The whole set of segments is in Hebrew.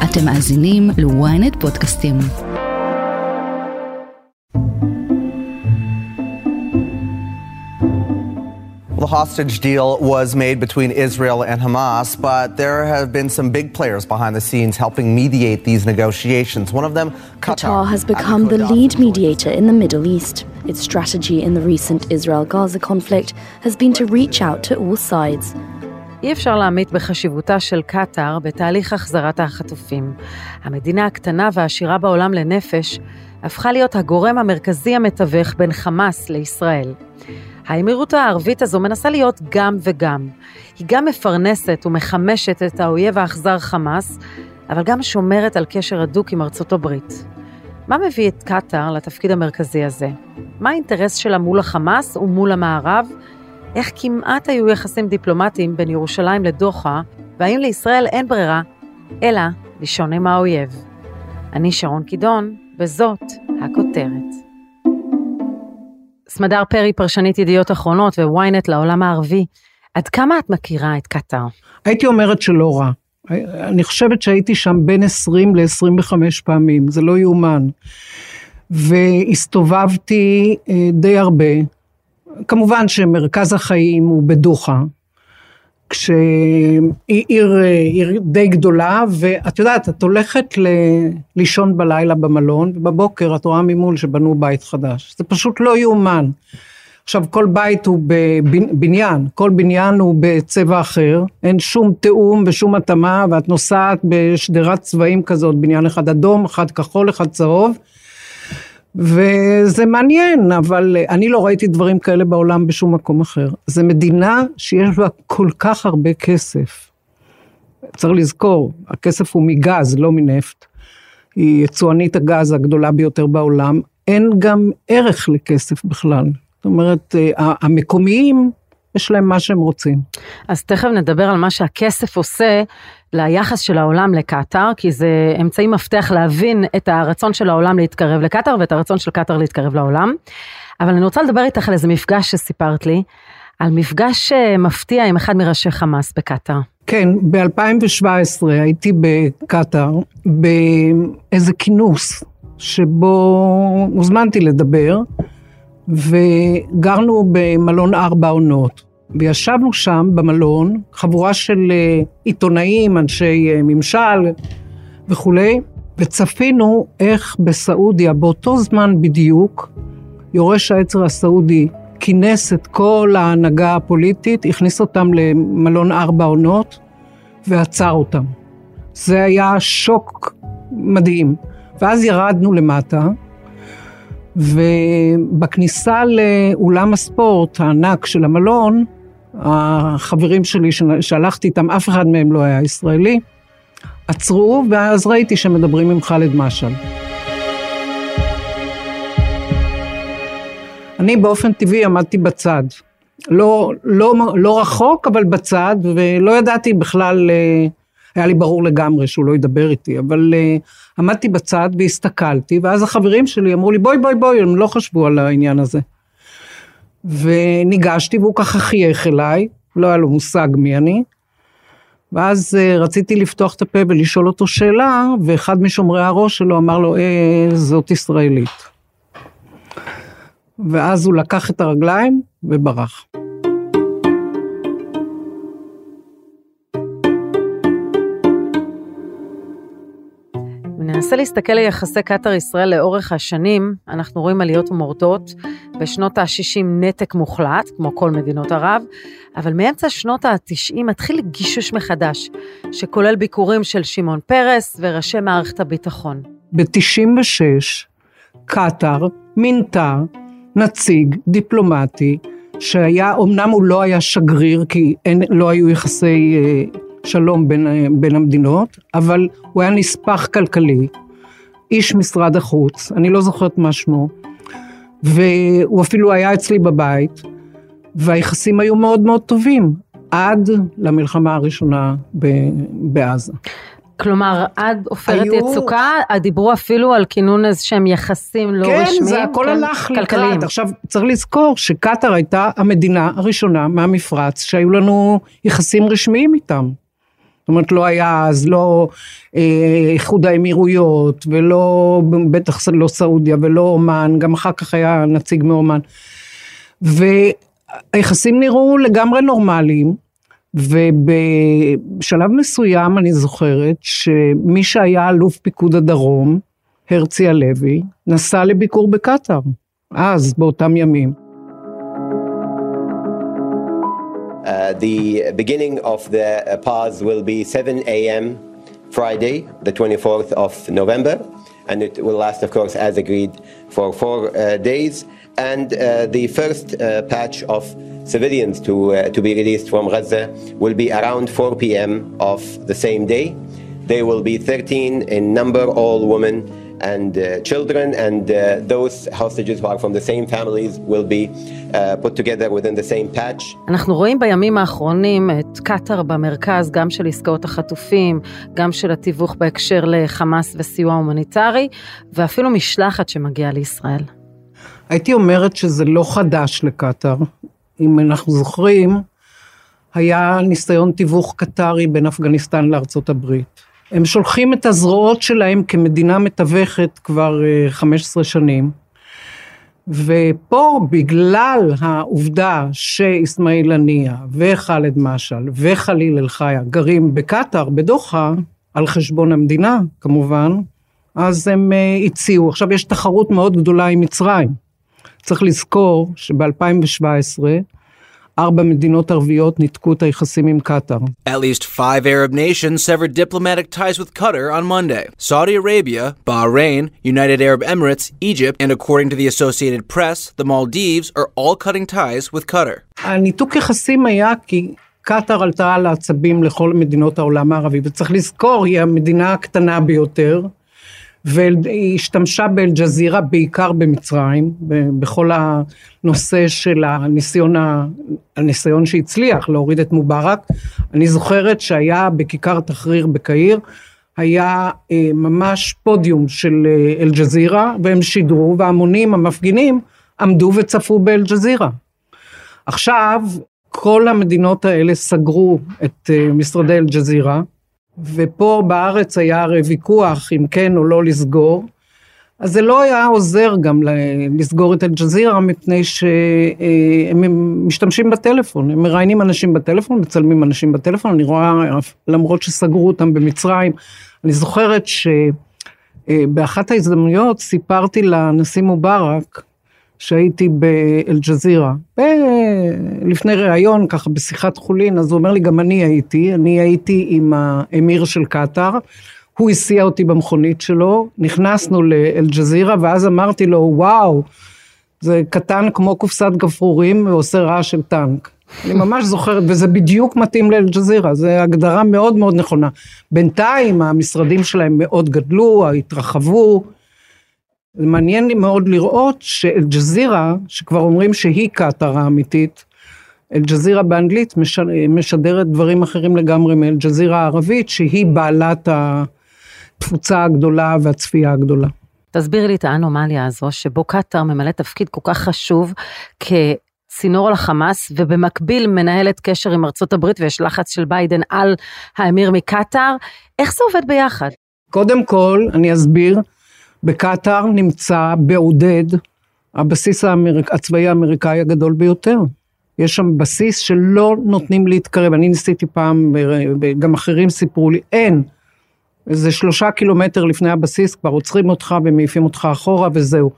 אתם מאזינים ל-ynet פודקאסטים. The hostage deal was made between Israel and Hamas, but there have been some big players behind the scenes helping mediate these negotiations. One of them, Qatar has become the lead mediator in the Middle East. Its strategy in the recent Israel-Gaza conflict has been to reach out to all sides. אי אפשר להמעיט בחשיבותה של קטר בתהליך החזרת החטופים. המדינה הקטנה והעשירה בעולם לנפש הפכה להיות הגורם המרכזי המתווך בין חמאס לישראל. האמירות הערבית הזו מנסה להיות גם וגם. היא גם מפרנסת ומחמשת את האויב האכזר חמאס, אבל גם שומרת על קשר הדוק עם ארצות הברית. מה מביא את קטר לתפקיד המרכזי הזה? מה האינטרס שלה מול החמאס ומול המערב? איך כמעט היו יחסים דיפלומטיים בין ירושלים לדוחה, והאם לישראל אין ברירה, אלא לישון עם האויב? אני שרון קידון, וזאת הכותרת. סמדר פרי, פרשנית ידיעות אחרונות וויינט לעולם הערבי. עד כמה את מכירה את קטר? הייתי אומרת שלא רע. אני חושבת שהייתי שם בין 20 ל-25 פעמים, זה לא יאומן. והסתובבתי די הרבה. כמובן שמרכז החיים הוא בדוחה, כשהיא עיר די גדולה, ואת יודעת, את הולכת לישון בלילה במלון, ובבוקר את רואה ממול שבנו בית חדש. זה פשוט לא יאומן. עכשיו, כל בית הוא בבניין, כל בניין הוא בצבע אחר, אין שום תאום ושום התאמה, ואת נוסעת בשדרת צבעים כזאת, בניין אחד אדום, אחד כחול, אחד צהוב, וזה מעניין, אבל אני לא ראיתי דברים כאלה בעולם בשום מקום אחר. זו מדינה שיש בה כל כך הרבה כסף. צריך לזכור, הכסף הוא מגז, לא מנפט. היא יצואנית הגז הגדולה ביותר בעולם. אין גם ערך לכסף בכלל. זאת אומרת, המקומיים, יש להם מה שהם רוצים. אז תכף נדבר על מה שהכסף עושה ליחס של העולם לקטר, כי זה אמצעי מפתח להבין את הרצון של העולם להתקרב לקטר, ואת הרצון של קטר להתקרב לעולם. אבל אני רוצה לדבר איתך על איזה מפגש שסיפרת לי, על מפגש מפתיע עם אחד מראשי חמאס בקטר. כן, ב-2017 הייתי בקטר, באיזה כינוס, שבו הוזמנתי לדבר, וגרנו במלון 4 עונות. וישבנו שם במלון, חבורה של עיתונאים, אנשי ממשל וכולי, וצפינו איך בסעודיה, באותו זמן בדיוק, יורש העצר הסעודי כינס את כל ההנהגה הפוליטית, הכניס אותם למלון 4 עונות, ועצר אותם. זה היה שוק מדהים. ואז ירדנו למטה, ובכניסה לאולם הספורט הענק של המלון, החברים שלי שהלכתי איתם, אף אחד מהם לא היה ישראלי, עצרו, ואז ראיתי שמדברים עם חאלד משעל. אני באופן טבעי עמדתי בצד, לא רחוק, אבל בצד, ולא ידעתי בכלל, היה לי ברור לגמרי שהוא לא ידבר איתי, אבל עמדתי בצד והסתכלתי, ואז החברים שלי אמרו לי, בואי, הם לא חשבו על העניין הזה. וניגשתי, והוא ככה חייך אליי, לא היה לו מושג מי אני, ואז רציתי לפתוח את הפה ולשאול אותו שאלה, ואחד משומרי הראש שלו אמר לו, זאת ישראלית. ואז הוא לקח את הרגליים וברח. ננסה להסתכל על יחסי קטר-ישראל לאורך השנים, אנחנו רואים עליות ומורדות, בשנות ה-60 נתק מוחלט, כמו כל מדינות ערב, אבל מאמצע שנות ה-90 מתחיל גישוש מחדש, שכולל ביקורים של שמעון פרס וראשי מערכת הביטחון. ב-96 קטר מינתה נציג דיפלומטי, שהיה, אמנם הוא לא היה שגריר, כי לא היו יחסי שלום בין המדינות, אבל הוא היה נספח כלכלי, איש משרד החוץ, אני לא זוכרת מה שמו, והוא אפילו היה אצלי בבית, והיחסים היו מאוד מאוד טובים, עד למלחמה הראשונה בעזה. כלומר, עד עופרת יצוקה, דיברו אפילו על כינון איזשהם יחסים לא רשמיים. כן, זה הכל הלך לקראת. עכשיו, צריך לזכור שקטר הייתה המדינה הראשונה מהמפרץ, שהיו לנו יחסים רשמיים איתם. זאת אומרת, לא היה אז לא איחוד האמירויות, ולא, בטח לא סעודיה, ולא אומן, גם אחר כך היה נציג מאומן. והיחסים נראו לגמרי נורמליים, ובשלב מסוים אני זוכרת, שמי שהיה אלוף פיקוד הדרום, הרצי הלוי, נסע לביקור בקטר, אז באותם ימים. The beginning of the pause will be 7 a.m. Friday, the 24th of November, and it will last, of course, as agreed, for 4 days. And the first batch of civilians to be released from Gaza will be around 4 p.m. of the same day. They will be 13 in number, all women and children, and those hostages who are from the same families will be put together within the same patch. אנחנו רואים בימים האחרונים את קטר במרכז, גם של עסקאות החטופים, גם של התיווך בהקשר לחמאס וסיוע הומניטרי, ואפילו משלחת שמגיעה לישראל. הייתי אומרת שזה לא חדש לקטר. אם אנחנו זוכרים, היה ניסיון תיווך קטרי בין אפגניסטן לארצות הברית. הם שולחים את הזרועות שלהם כמדינה מתווכת כבר 15 שנים, ופה בגלל העובדה שאיסמעיל הנייה וחאלד משעל וחליל אל-חיה גרים בקטר, בדוחה, על חשבון המדינה כמובן, אז הם הציעו. עכשיו יש תחרות מאוד גדולה עם מצרים. צריך לזכור שב-2017, 4 מדינות ערביות ניתקו את היחסים עם קטר. At least 5 Arab nations severed diplomatic ties with Qatar on Monday. Saudi Arabia, Bahrain, United Arab Emirates, Egypt, and according to the Associated Press, the Maldives are all cutting ties with Qatar. הניתוק יחסים היה כי קטר עלתה על העצבים לכל מדינות העולם הערבי, וצריך לזכור, היא המדינה הקטנה ביותר, והיא השתמשה באל-ג'זירה בעיקר במצרים, בכל הנושא של הניסיון שהצליח להוריד את מובארק. אני זוכרת שהיה בכיכר תחריר בקהיר, היה ממש פודיום של אל-ג'זירה, והם שידרו, והמונים המפגינים עמדו וצפו באל-ג'זירה. עכשיו, כל המדינות האלה סגרו את משרדי אל-ג'זירה, ופה בארץ היה הרי ויכוח אם כן או לא לסגור, אז זה לא היה עוזר גם לסגור את אל-ג'זירה, מפני שהם משתמשים בטלפון, הם מראיינים אנשים בטלפון, מצלמים אנשים בטלפון, אני רואה, למרות שסגרו אותם במצרים, אני זוכרת שבאחת ההזדמנויות סיפרתי לנשיא מובארק, שהייתי באל-ג'זירה, לפני ראיון, ככה בשיחת חולין, אז הוא אומר לי, גם אני הייתי עם האמיר של קטר, הוא הסיע אותי במכונית שלו, נכנסנו לאל-ג'זירה, ואז אמרתי לו, וואו, זה קטן כמו קופסת גפרורים, ועושה רעש של טנק. אני ממש זוכרת, וזה בדיוק מתאים לאל-ג'זירה, זו הגדרה מאוד מאוד נכונה. בינתיים, המשרדים שלהם מאוד גדלו, התרחבו, זה מעניין לי מאוד לראות שאל-ג'זירה, שכבר אומרים שהיא קטר האמיתית, אל-ג'זירה באנגלית משדרת דברים אחרים לגמרי מאל-ג'זירה הערבית, שהיא בעלת התפוצה הגדולה והצפייה הגדולה. תסביר לי את האנומליה הזו, שבו קטר ממלא תפקיד כל כך חשוב כצינור לחמאס, ובמקביל מנהלת קשר עם ארצות הברית, ויש לחץ של ביידן על האמיר מקטר. איך זה עובד ביחד? קודם כל, אני אסביר, בקטר נמצא בעודד הבסיס הצבאי האמריקאי הגדול ביותר. יש שם בסיס שלא נותנים להתקרב. אני ניסיתי פעם, גם אחרים סיפרו לי, אין. זה 3 קילומטר לפני הבסיס, כבר עוצרים אותך ומעיפים אותך אחורה וזהו.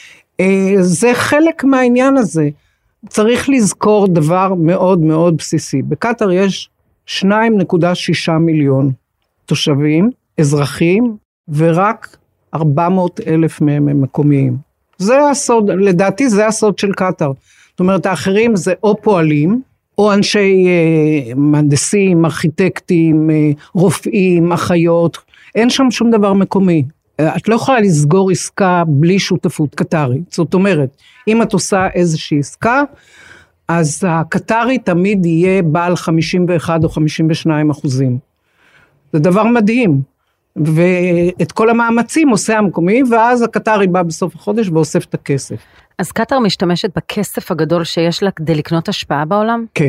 זה חלק מהעניין הזה. צריך לזכור דבר מאוד מאוד בסיסי. בקטר יש 2.6 מיליון תושבים, אזרחים, ורק 400,000 מהם מקומיים. זה הסוד, לדעתי זה הסוד של קטר. זאת אומרת, האחרים זה או פועלים, או אנשי מהנדסים, ארכיטקטים, רופאים, אחיות, אין שם שום דבר מקומי. את לא יכולה לסגור עסקה בלי שותפות קטרית. זאת אומרת, אם את עושה איזושהי עסקה, אז הקטרי תמיד יהיה בעל 51 או 52%. זה דבר מדהים. ואת כל המאמצים עושה המקומי, ואז הקטרי בא בסוף החודש ואוסף את הכסף. אז קטר משתמשת בכסף הגדול שיש לה כדי לקנות השפעה בעולם? כן.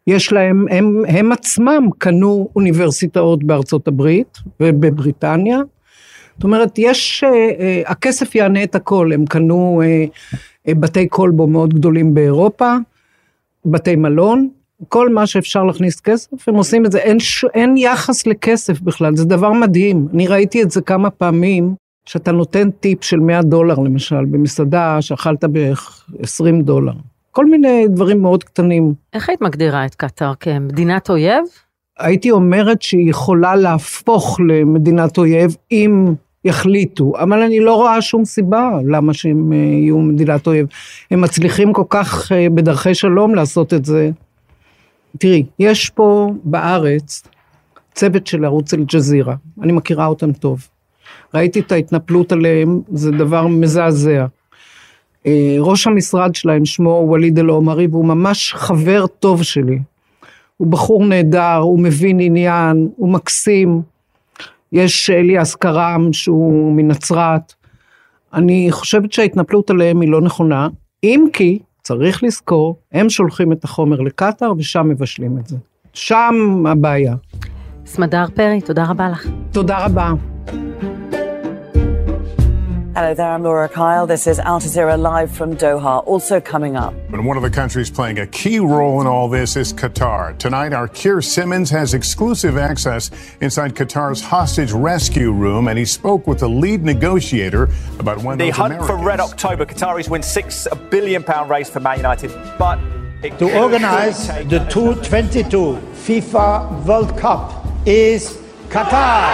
יש להם, הם עצמם קנו אוניברסיטאות בארצות הברית ובבריטניה, זאת אומרת, הכסף יענה את הכל, הם קנו בתי קולבו מאוד גדולים באירופה, בתי מלון, כל מה שאפשר להכניס כסף, הם עושים את זה, אין יחס לכסף בכלל, זה דבר מדהים, אני ראיתי את זה כמה פעמים, שאתה נותן טיפ של $100 למשל, במסעדה שאכלת בערך $20, כל מיני דברים מאוד קטנים. איך היית מגדירה את קטר כמדינת אויב? הייתי אומרת שהיא יכולה להפוך למדינת אויב אם יחליטו, אבל אני לא רואה שום סיבה למה שהם יהיו מדינת אויב. הם מצליחים כל כך בדרכי שלום לעשות את זה. תראי, יש פה בארץ צוות של ערוץ אל-ג'זירה, אני מכירה אותם טוב. ראיתי את ההתנפלות עליהם, זה דבר מזעזע. ראש המשרד שלהם שמו וליד אל-עומרי, והוא ממש חבר טוב שלי. הוא בחור נהדר, הוא מבין עניין, הוא מקסים. יש אליאס קרם שהוא מנצרת. אני חושבת שההתנפלות עליהם היא לא נכונה, אם כי צריך לזכור, הם שולחים את החומר לקטר ושם מבשלים את זה. שם הבעיה. סמדר פרי, תודה רבה לך. תודה רבה. Hello there, I'm Laura Kyle. This is Al Jazeera live from Doha. Also coming up. And one of the countries playing a key role in all this is Qatar. Tonight, our Keir Simmons has exclusive access inside Qatar's hostage rescue room, and he spoke with the lead negotiator about when the hunt for Red October. Qataris win £6 billion race for Man United, but to organize the 2022 FIFA World Cup is Qatar.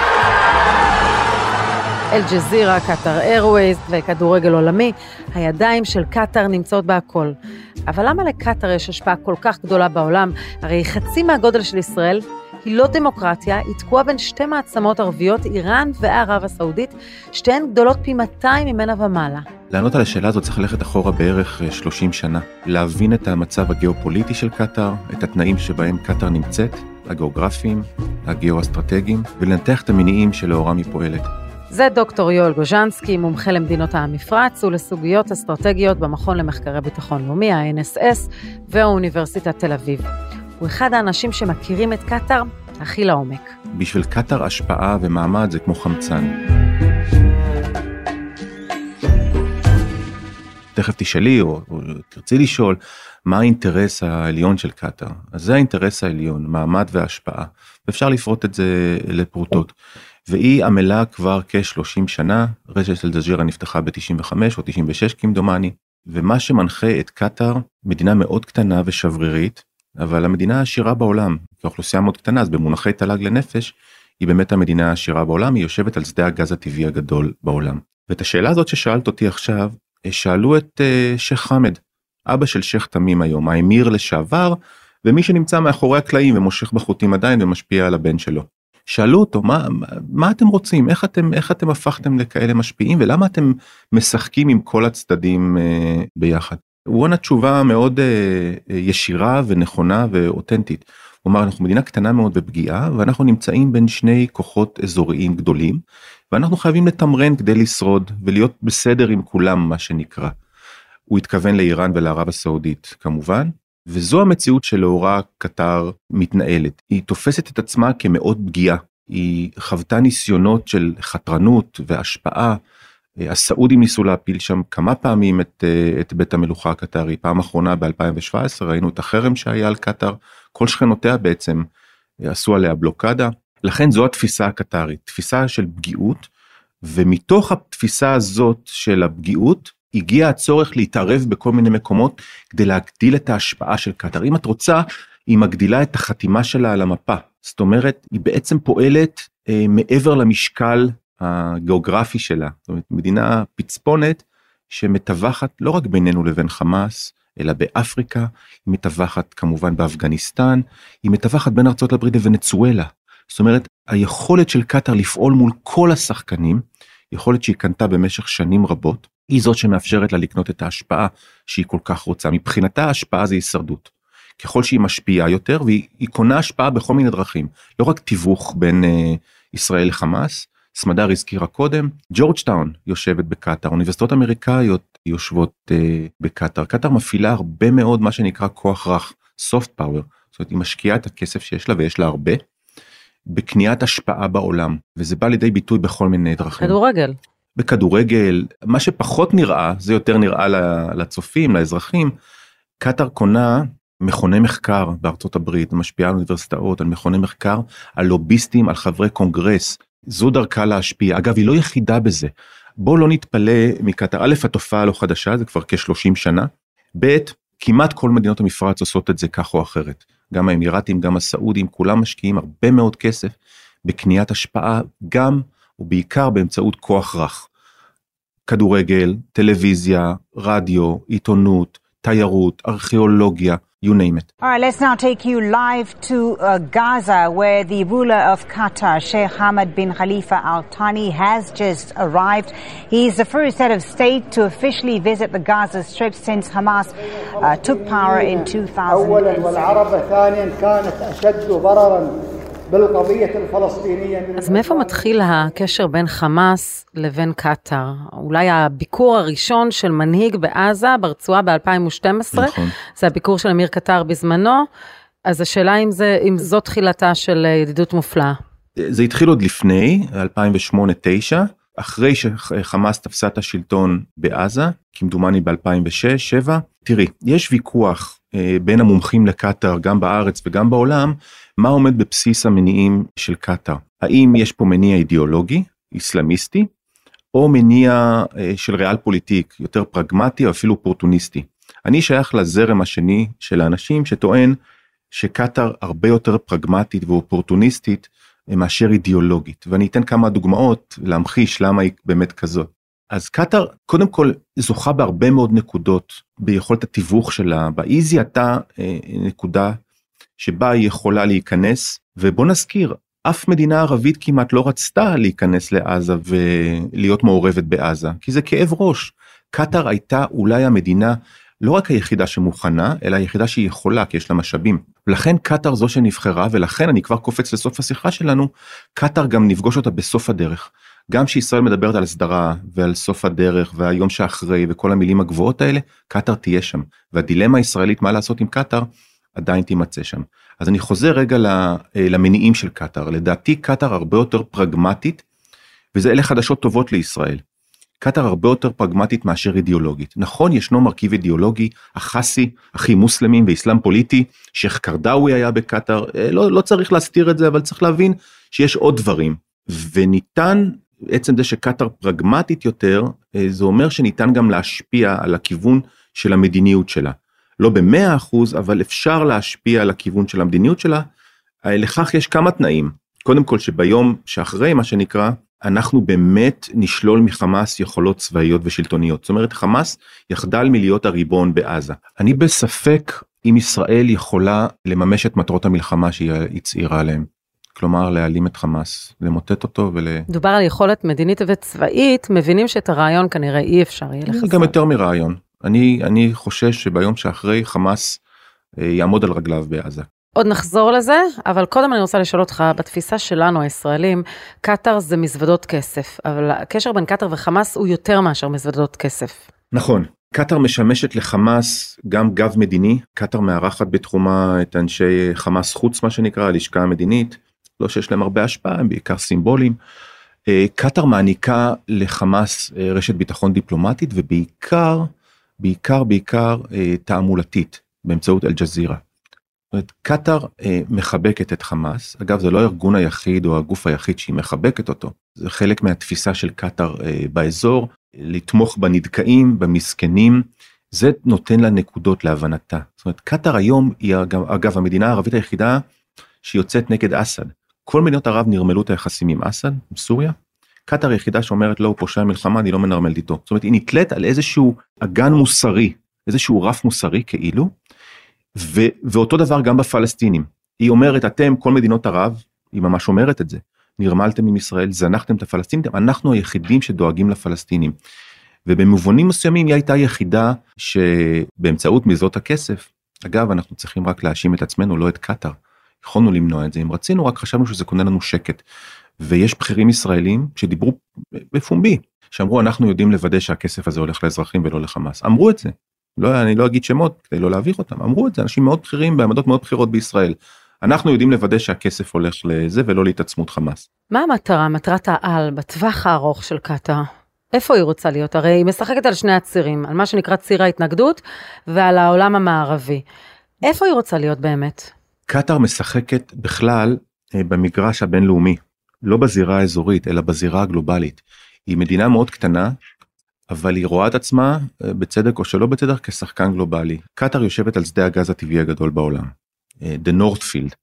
אל-ג'זירה, קטר איירווייז וכדורגל עולמי, הידיים של קטר נמצאות בהכל. אבל למה לקטר יש השפעה כל כך גדולה בעולם? הרי חצי מהגודל של ישראל היא לא דמוקרטיה, היא תקועה בין שתי מעצמות ערביות, איראן וערב הסעודית, שתיהן גדולות פי 200 ממנה ומעלה. לענות על השאלה הזאת צריך ללכת אחורה בערך 30 שנה, להבין את המצב הגיאופוליטי של קטר, את התנאים שבהם קטר נמצאת, הגיאוגרפיים, הגיאו-אסטרטגיים, ולנתח את המניעים שלאורם היא פועלת. זה דוקטור יואל גוז'נסקי, מומחה למדינות המפרץ ולסוגיות אסטרטגיות במכון למחקרי ביטחון לאומי, ה-NSS, והאוניברסיטת תל אביב. הוא אחד האנשים שמכירים את קטר הכי לעומק. בשביל קטר השפעה ומעמד זה כמו חמצן. תכף תשאלי או תרצי לשאול, מה האינטרס העליון של קטר? אז זה האינטרס העליון, מעמד והשפעה. ואפשר לפרוט את זה לפרוטות. והיא עמלה כבר כ-30 שנה, רשת אל-ג'זירה נפתחה ב-95 או 96 כמדומני, ומה שמנחה את קטר, מדינה מאוד קטנה ושברירית, אבל המדינה העשירה בעולם, כאוכלוסייה מאוד קטנה, אז במונחי תל"ג לנפש, היא באמת המדינה העשירה בעולם, היא יושבת על שדה הגז הטבעי הגדול בעולם. ואת השאלה הזאת ששאלת אותי עכשיו, שאלו את שייח חמד, אבא של שייח תמים היום, האמיר לשעבר, ומי שנמצא מאחורי הקלעים ומושך בחוטים עדיין ומשפיע על הבן שלו. שאלו אותו, מה אתם רוצים? איך אתם הפכתם לכאלה משפיעים? ולמה אתם משחקים עם כל הצדדים ביחד? הוא עונה תשובה מאוד ישירה ונכונה ואותנטית. הוא אמר, אנחנו מדינה קטנה מאוד בפגיעה, ואנחנו נמצאים בין שני כוחות אזוריים גדולים, ואנחנו חייבים לתמרן כדי לשרוד, ולהיות בסדר עם כולם, מה שנקרא. הוא התכוון לאיראן ולערב הסעודית, כמובן, וזו המציאות שלאורה קטר מתנהלת. היא תופסת את עצמה כמאוד פגיעה, היא חוותה ניסיונות של חתרנות והשפעה, הסעודים ניסו להפיל שם כמה פעמים את בית המלוכה הקטרי, פעם אחרונה ב-2017 ראינו את החרם שהיה על קטר, כל שכנותיה בעצם עשו עליה בלוקדה, לכן זו התפיסה הקטרית, תפיסה של פגיעות, ומתוך התפיסה הזאת של הפגיעות, הגיע הצורך להתערב בכל מיני מקומות, כדי להגדיל את ההשפעה של קטר. אם את רוצה, היא מגדילה את החתימה שלה על המפה, זאת אומרת, היא בעצם פועלת מעבר למשקל הגיאוגרפי שלה, זאת אומרת, מדינה פצפונת, שמטווחת לא רק בינינו לבין חמאס, אלא באפריקה, היא מטווחת כמובן באפגניסטן, היא מטווחת בין ארצות הברית וונצואלה, זאת אומרת, היכולת של קטר לפעול מול כל השחקנים, יכולת שהיא קנתה במשך שנים רבות, היא זאת שמאפשרת לה לקנות את ההשפעה שהיא כל כך רוצה. מבחינתה ההשפעה זה הישרדות. ככל שהיא משפיעה יותר, והיא קונה השפעה בכל מיני דרכים. לא רק תיווך בין ישראל לחמאס, סמדר הזכירה קודם, ג'ורג'טאון יושבת בקטר, אוניברסיטאות אמריקאיות יושבות בקטר. קטר מפעילה הרבה מאוד מה שנקרא כוח רך, soft power, זאת אומרת, היא משקיעה את הכסף שיש לה, ויש לה הרבה, בקניית השפעה בעולם, וזה בא לידי ביטוי בכל מיני דרכים. כדורגל. בכדורגל, מה שפחות נראה, זה יותר נראה לצופים, לאזרחים, קטר קונה מכוני מחקר בארצות הברית, משפיעה על אוניברסיטאות, על מכוני מחקר, על לוביסטים, על חברי קונגרס, זו דרכה להשפיע. אגב, היא לא יחידה בזה. בוא לא נתפלא מקטר. א', התופעה לא חדשה, זה כבר כ-30 שנה. ב', כמעט כל מדינות המפרץ עושות את זה כך או אחרת. גם האמירתים, גם הסעודים, כולם משקיעים הרבה מאוד כסף בקניית השפעה, גם ובעיקר באמצעות כוח רך. כדורגל, טלוויזיה, רדיו, עיתונות, תיירות, ארכיאולוגיה, you name it. All right, let's now take you live to Gaza, where the ruler of Qatar, Sheikh Hamad bin Khalifa Al Thani, has just arrived. He's the first head of state to officially visit the Gaza Strip since Hamas took power in 2007. אז מאיפה מתחיל הקשר בין חמאס לבין קטר? אולי הביקור הראשון של מנהיג בעזה, ברצועה ב-2012, נכון. זה הביקור של אמיר קטר בזמנו, אז השאלה אם זו תחילתה של ידידות מופלאה. זה התחיל עוד לפני, 2008-2009, אחרי שחמאס תפסה את השלטון בעזה, כמדומני ב-2006-2007, תראי, יש ויכוח בין המומחים לקטר, גם בארץ וגם בעולם, מה עומד בבסיס המניעים של קטר? האם יש פה מניע אידיאולוגי, איסלאמיסטי, או מניע של ריאל פוליטיק, יותר פרגמטי או אפילו אופורטוניסטי? אני שייך לזרם השני של האנשים שטוען שקטר הרבה יותר פרגמטית ואופורטוניסטית מאשר אידיאולוגית, ואני אתן כמה דוגמאות להמחיש למה היא באמת כזאת. אז קטר קודם כל זוכה בהרבה מאוד נקודות ביכולת התיווך שלה, היא זיהתה נקודה שבה היא יכולה להיכנס, ובוא נזכיר, אף מדינה ערבית כמעט לא רצתה להיכנס לעזה ולהיות מעורבת בעזה, כי זה כאב ראש. קטר הייתה אולי המדינה לא רק היחידה שמוכנה, אלא היחידה שהיא יכולה, כי יש לה משאבים. ולכן קטר זו שנבחרה, ולכן אני כבר קופץ לסוף השיחה שלנו, קטר גם נפגוש אותה בסוף הדרך. גם שישראל מדברת על הסדרה ועל סוף הדרך והיום שאחרי וכל המילים הגבוהות האלה, קטר תהיה שם. והדילמה הישראלית מה לעשות עם קטר, עדיין תימצא שם. אז אני חוזר רגע למניעים של קטר. לדעתי קטר הרבה יותר פרגמטית, וזה אלה חדשות טובות לישראל. קטר הרבה יותר פרגמטית מאשר אידיאולוגית. נכון, ישנו מרכיב אידיאולוגי, החסי, הכי מוסלמים ואסלאם פוליטי, שייח' קרדאווי היה בקטר, לא צריך להסתיר את זה, אבל צריך להבין שיש עוד דברים. וניתן, עצם זה שקטר פרגמטית יותר, זה אומר שניתן גם להשפיע על הכיוון של המדיניות שלה. לא ב100%, אבל אפשר להשפיע על הכיוון של המדיניות שלה. לכך יש כמה תנאים. קודם כל שביום שאחרי מה שנקרא, אנחנו באמת נשלול מחמאס יכולות צבאיות ושלטוניות. זאת אומרת, חמאס יחדל מלהיות הריבון בעזה. אני בספק אם ישראל יכולה לממש את מטרות המלחמה שהיא הצעירה עליהם. כלומר, להעלים את חמאס, למוטט אותו דובר על יכולת מדינית וצבאית, מבינים שאת הרעיון כנראה אי אפשר יהיה לחזור. גם יותר מרעיון. אני חושש שביום שאחרי חמאס יעמוד על רגליו בעזה. עוד נחזור לזה, אבל קודם אני רוצה לשאול אותך, בתפיסה שלנו הישראלים, קטר זה מזוודות כסף, אבל הקשר בין קטר וחמאס הוא יותר מאשר מזוודות כסף. נכון, קטר משמשת לחמאס גם גב מדיני, קטר מארחת בתחומה את אנשי חמאס חוץ מה שנקרא, הלשכה המדינית, לא שיש להם הרבה השפעה, הם בעיקר סימבולים. קטר מעניקה לחמאס רשת ביטחון דיפלומטית, ובעיקר, בעיקר תעמולתית, באמצעות אל-ג'זירה. זאת אומרת, קטר מחבקת את חמאס, אגב זה לא הארגון היחיד או הגוף היחיד שהיא מחבקת אותו, זה חלק מהתפיסה של קטר באזור, לתמוך בנדכאים, במסכנים, זה נותן לה נקודות להבנתה. זאת אומרת, קטר היום היא אגב המדינה הערבית היחידה שיוצאת נגד אסד. כל מדינות ערב נרמלו את היחסים עם אסד, עם סוריה, קטר היחידה שאומרת לא, הוא פושע מלחמה, אני לא מנרמלת איתו. זאת אומרת, היא נתלית על איזשהו אגן מוסרי, איזשהו רף מוסרי כאילו, ואותו דבר גם בפלסטינים. היא אומרת, אתם, כל מדינות ערב, היא ממש אומרת את זה, נרמלתם עם ישראל, זנחתם את הפלסטינים, אנחנו היחידים שדואגים לפלסטינים. ובמובנים מסוימים היא הייתה יחידה שבאמצעות מזות הכסף, אגב, אנחנו צריכים רק להאשים את עצמנו, לא את קטר. יכולנו למנוע את זה, אם רצינו, רק חשבנו שזה קונה לנו שקט. ויש בכירים ישראלים שדיברו בפומבי, שאמרו, אנחנו יודעים לוודא שהכסף הזה הולך לאזרחים ולא לחמאס. אמרו את זה. אני לא אגיד שמות כדי לא להביך אותם, אמרו את זה אנשים מאוד בכירים בעמדות מאוד בכירות בישראל. אנחנו יודעים לוודא שהכסף הולך לזה ולא להתעצמות חמאס. מה המטרה, מטרת העל בטווח הארוך של קטר? איפה היא רוצה להיות? הרי היא משחקת על שני הצירים, על מה שנקרא ציר ההתנגדות ועל העולם המערבי. איפה היא רוצה להיות באמת? קטר משחקת בכלל במגרש הבינלאומי, לא בזירה האזורית, אלא בזירה הגלובלית. היא מדינה מאוד קטנה, אבל היא רואה את עצמה, בצדק או שלא בצדק, כשחקן גלובלי. קטר יושבת על שדה הגז הטבעי הגדול בעולם, The North Field,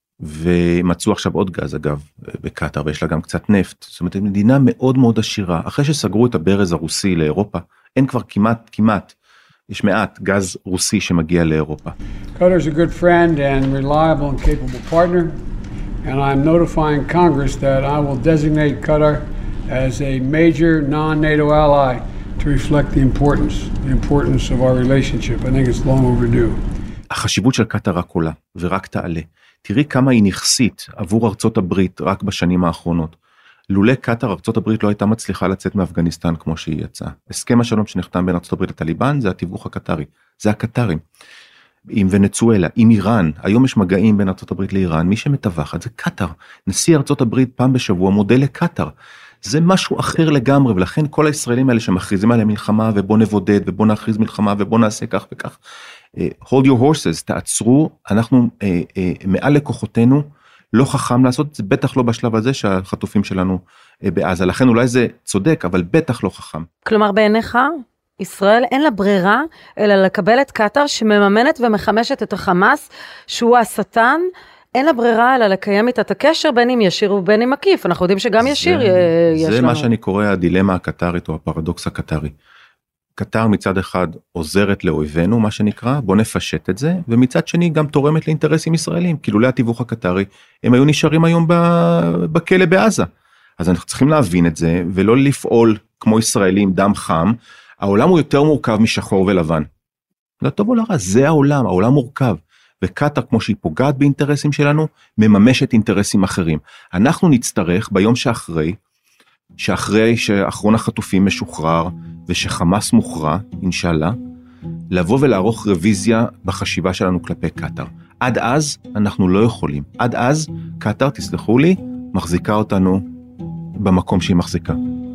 ומצאו עכשיו עוד גז אגב, בקטר, ויש לה גם קצת נפט. זאת אומרת, היא מדינה מאוד מאוד עשירה. אחרי שסגרו את הברז הרוסי לאירופה, אין כבר כמעט, יש מעט גז רוסי שמגיע לאירופה. Qatar is a good friend and reliable and capable partner, and I'm notifying Congress that I will designate Qatar as a major non-NATO ally to reflect the importance of our relationship. I think it's long overdue. החשיבות של קטר רק עולה ורק תעלה. תראי כמה היא נכסית עבור ארצות הברית רק בשנים האחרונות. לולא קטר, ארצות הברית לא הייתה מצליחה לצאת מאפגניסטן כמו שהיא יצאה. הסכם השלום שנחתם בין ארצות הברית לטליבן זה התיווך הקטרי, זה הקטרים. עם ונצואלה, עם איראן, היום יש מגעים בין ארצות הברית לאיראן, מי שמתווכת זה קטר. נשיא ארצות הברית פעם בשבוע מודה לקטר. זה משהו אחר לגמרי, ולכן כל הישראלים האלה שמכריזים עליהם מלחמה, ובוא נבודד, ובוא נכריז מלחמה, ובוא נעשה כך וכך. hold your horses, תעצרו, אנחנו מעל לקוחותינו, לא חכם לעשות את זה, בטח לא בשלב הזה שהחטופים שלנו בעזה, לכן אולי זה צודק, אבל בטח לא חכם. כלומר בעיניך, ישראל אין לה ברירה, אלא לקבל את קטר שמממנת ומחמשת את החמאס, שהוא השטן, אין לה ברירה אלא לקיים איתה את הקשר בין אם ישיר ובין אם עקיף, אנחנו יודעים שגם ישיר יש לנו. זה מה שאני קורא הדילמה הקטרית או הפרדוקס הקטרי. קטר מצד אחד עוזרת לאויבינו, מה שנקרא, בוא נפשט את זה, ומצד שני גם תורמת לאינטרסים ישראלים, כאילו לתיווך הקטרי, הם היו נשארים היום בכלא בעזה. אז אנחנו צריכים להבין את זה, ולא לפעול כמו ישראלים דם חם, העולם הוא יותר מורכב משחור ולבן. לא טוב או לרע, זה העולם מורכב. וקטר, כמו שהיא פוגעת באינטרסים שלנו, מממשת אינטרסים אחרים. אנחנו נצטרך ביום שאחרי שאחרון החטופים משוחרר, ושחמאס מוכרע, אינשאללה, לבוא ולערוך רוויזיה בחשיבה שלנו כלפי קטר. עד אז אנחנו לא יכולים. עד אז קטר, תסלחו לי, מחזיקה אותנו במקום שהיא מחזיקה.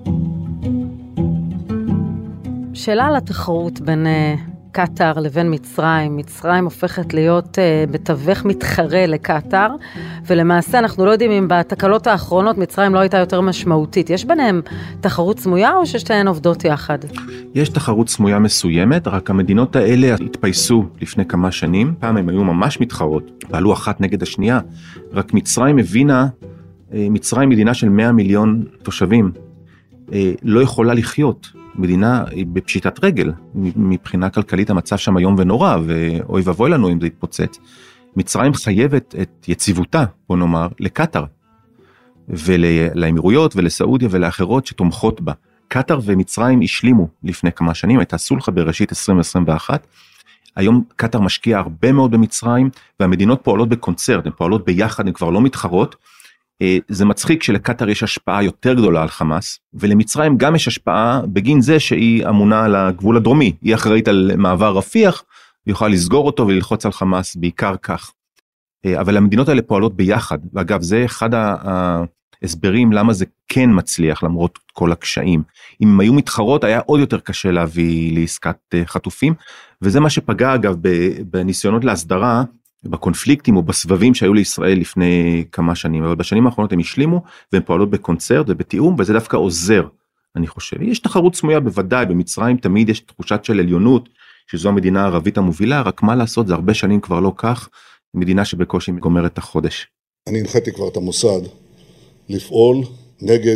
שאלה על התחרות בין קטר לבין מצרים. מצרים הופכת להיות בתווך מתחרה לקטר, ולמעשה אנחנו לא יודעים אם בתקלות האחרונות מצרים לא הייתה יותר משמעותית. יש ביניהם תחרות סמויה או ששתיהן עובדות יחד? יש תחרות סמויה מסוימת, רק המדינות האלה התפייסו לפני כמה שנים, פעם הם היו ממש מתחרות, פעלו אחת נגד השנייה, רק מצרים הבינה, מצרים מדינה של 100 מיליון תושבים, לא יכולה לחיות, מדינה בפשיטת רגל, מבחינה כלכלית המצב שם היום ונורא, ואוי ובוי לנו אם זה יתפוצץ. מצרים חייבת את יציבותה, בוא נאמר, לקטר, ולאמירויות ולסעודיה ולאחרות שתומכות בה. קטר ומצרים השלימו לפני כמה שנים, הייתה סולחה בראשית 2021, היום קטר משקיע הרבה מאוד במצרים, והמדינות פועלות בקונצרט, הן פועלות ביחד, הן כבר לא מתחרות. זה מצחיק שלקטר יש השפעה יותר גדולה על חמאס, ולמצרים גם יש השפעה בגין זה שהיא אמונה על הגבול הדרומי, היא אחראית על מעבר רפיח, היא יכולה לסגור אותו וללחוץ על חמאס בעיקר כך. אבל המדינות האלה פועלות ביחד, ואגב זה אחד ההסברים למה זה כן מצליח למרות כל הקשיים. אם הם היו מתחרות היה עוד יותר קשה להביא לעסקת חטופים, וזה מה שפגע אגב בניסיונות להסדרה, בקונפליקטים או בסבבים שהיו לישראל לפני כמה שנים, אבל בשנים האחרונות הם השלימו, והם פועלות בקונצרט ובתיאום, וזה דווקא עוזר, אני חושב. יש תחרות סמויה בוודאי, במצרים תמיד יש תחושת של עליונות, שזו המדינה הערבית המובילה, רק מה לעשות, זה הרבה שנים כבר לא כך, מדינה שבקושי גומרת את החודש. אני הנחיתי כבר את המוסד לפעול נגד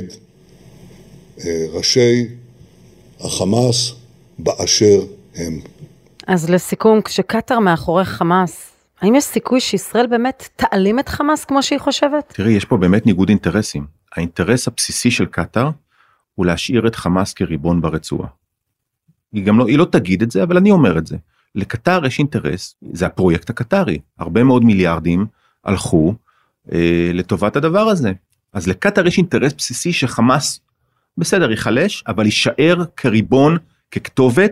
ראשי החמאס באשר הם. אז לסיכום, כשקטר מאחורי חמאס, האם יש סיכוי שישראל באמת תעלים את חמאס כמו שהיא חושבת? תראי, יש פה באמת ניגוד אינטרסים. האינטרס הבסיסי של קטר הוא להשאיר את חמאס כריבון ברצועה. היא לא תגיד את זה, אבל אני אומר את זה. לקטר יש אינטרס, זה הפרויקט הקטרי. הרבה מאוד מיליארדים הלכו לטובת הדבר הזה. אז לקטר יש אינטרס בסיסי שחמאס בסדר, ייחלש, אבל יישאר כריבון, ככתובת,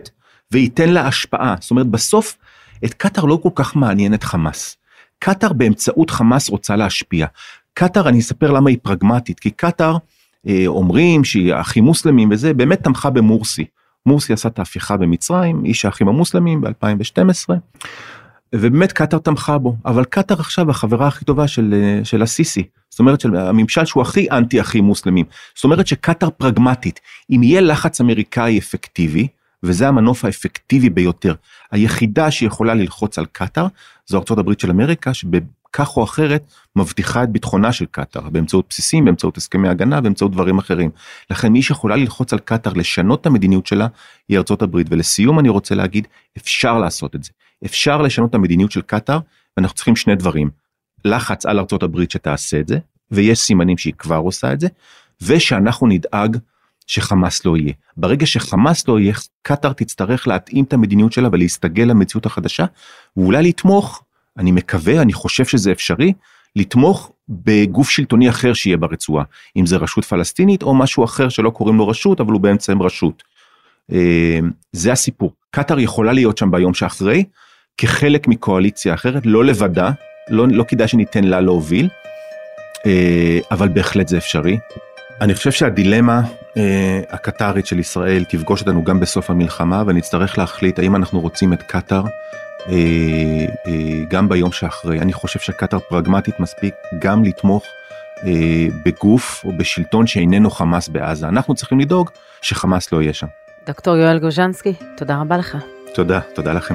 וייתן לה השפעה. זאת אומרת, בסוף את קטר לא כל כך מעניין את חמאס. קטר באמצעות חמאס רוצה להשפיע. קטר, אני אספר למה היא פרגמטית, כי קטר אומרים שהיא האחים מוסלמים וזה, באמת תמכה במורסי. מורסי עשה את ההפיכה במצרים, איש האחים המוסלמים ב-2012, ובאמת קטר תמכה בו, אבל קטר עכשיו החברה הכי טובה של הסיסי, זאת אומרת של הממשל שהוא הכי אנטי אחים מוסלמים, זאת אומרת שקטר פרגמטית, אם יהיה לחץ אמריקאי אפקטיבי, וזה המנוף האפקטיבי ביותר, היחידה שיכולה ללחוץ על קטר, זו ארצות הברית של אמריקה, שבכך או אחרת מבטיחה את ביטחונה של קטר, באמצעות בסיסים, באמצעות הסכמי הגנה, באמצעות דברים אחרים. לכן מי שיכולה ללחוץ על קטר, לשנות את המדיניות שלה, היא ארצות הברית. ולסיום אני רוצה להגיד, אפשר לעשות את זה. אפשר לשנות את המדיניות של קטר, ואנחנו צריכים שני דברים. לחץ על ארצות הברית שתעשה את זה, ויש סימנים שהיא כבר עושה את זה, ושאנחנו נדאג שחמאס לא יהיה. ברגע שחמאס לא יהיה, קטר תצטרך להתאים את המדיניות שלה ולהסתגל למציאות החדשה, ואולי לתמוך, אני מקווה, אני חושב שזה אפשרי, לתמוך בגוף שלטוני אחר שיהיה ברצועה, אם זה רשות פלסטינית או משהו אחר שלא קוראים לו רשות, אבל הוא באמצע רשות. זה הסיפור. קטר יכולה להיות שם ביום שאחרי, כחלק מקואליציה אחרת, לא לבדה, לא כדאי שניתן לה להוביל, אבל בהחלט זה אפשרי. אני חושב שהדילמה הקטרית של ישראל תפגוש אותנו גם בסוף המלחמה, ונצטרך להחליט האם אנחנו רוצים את קטר גם ביום שאחרי. אני חושב שקטר פרגמטית מספיק גם לתמוך בגוף או בשלטון שאיננו חמאס בעזה. אנחנו צריכים לדאוג שחמאס לא יהיה שם. דוקטור יואל גוז'נסקי, תודה רבה לך. תודה לכם.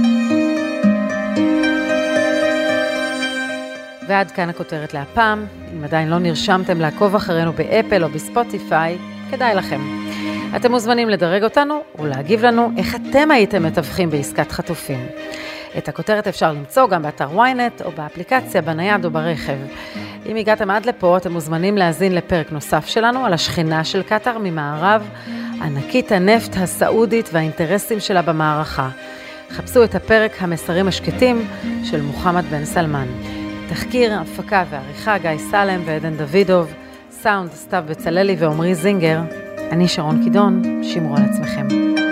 ועד כאן הכותרת להפעם. אם עדיין לא נרשמתם לעקוב אחרינו באפל או בספוטיפיי, כדאי לכם. אתם מוזמנים לדרג אותנו ולהגיב לנו איך אתם הייתם מתווכים בעסקת חטופים. את הכותרת אפשר למצוא גם באתר ynet או באפליקציה, בנייד או ברכב. אם הגעתם עד לפה, אתם מוזמנים להזין לפרק נוסף שלנו על השכנה של קטר ממערב, ענקית הנפט הסעודית והאינטרסים שלה במערכה. חפשו את הפרק המסרים השקטים של מוחמד בן סלמן. תחקיר, הפקה ועריכה גיא סלם ועדן דוידוב, סאונד סתיו בצללי ועומרי זינגר. אני שרון קידון, שמרו על עצמכם.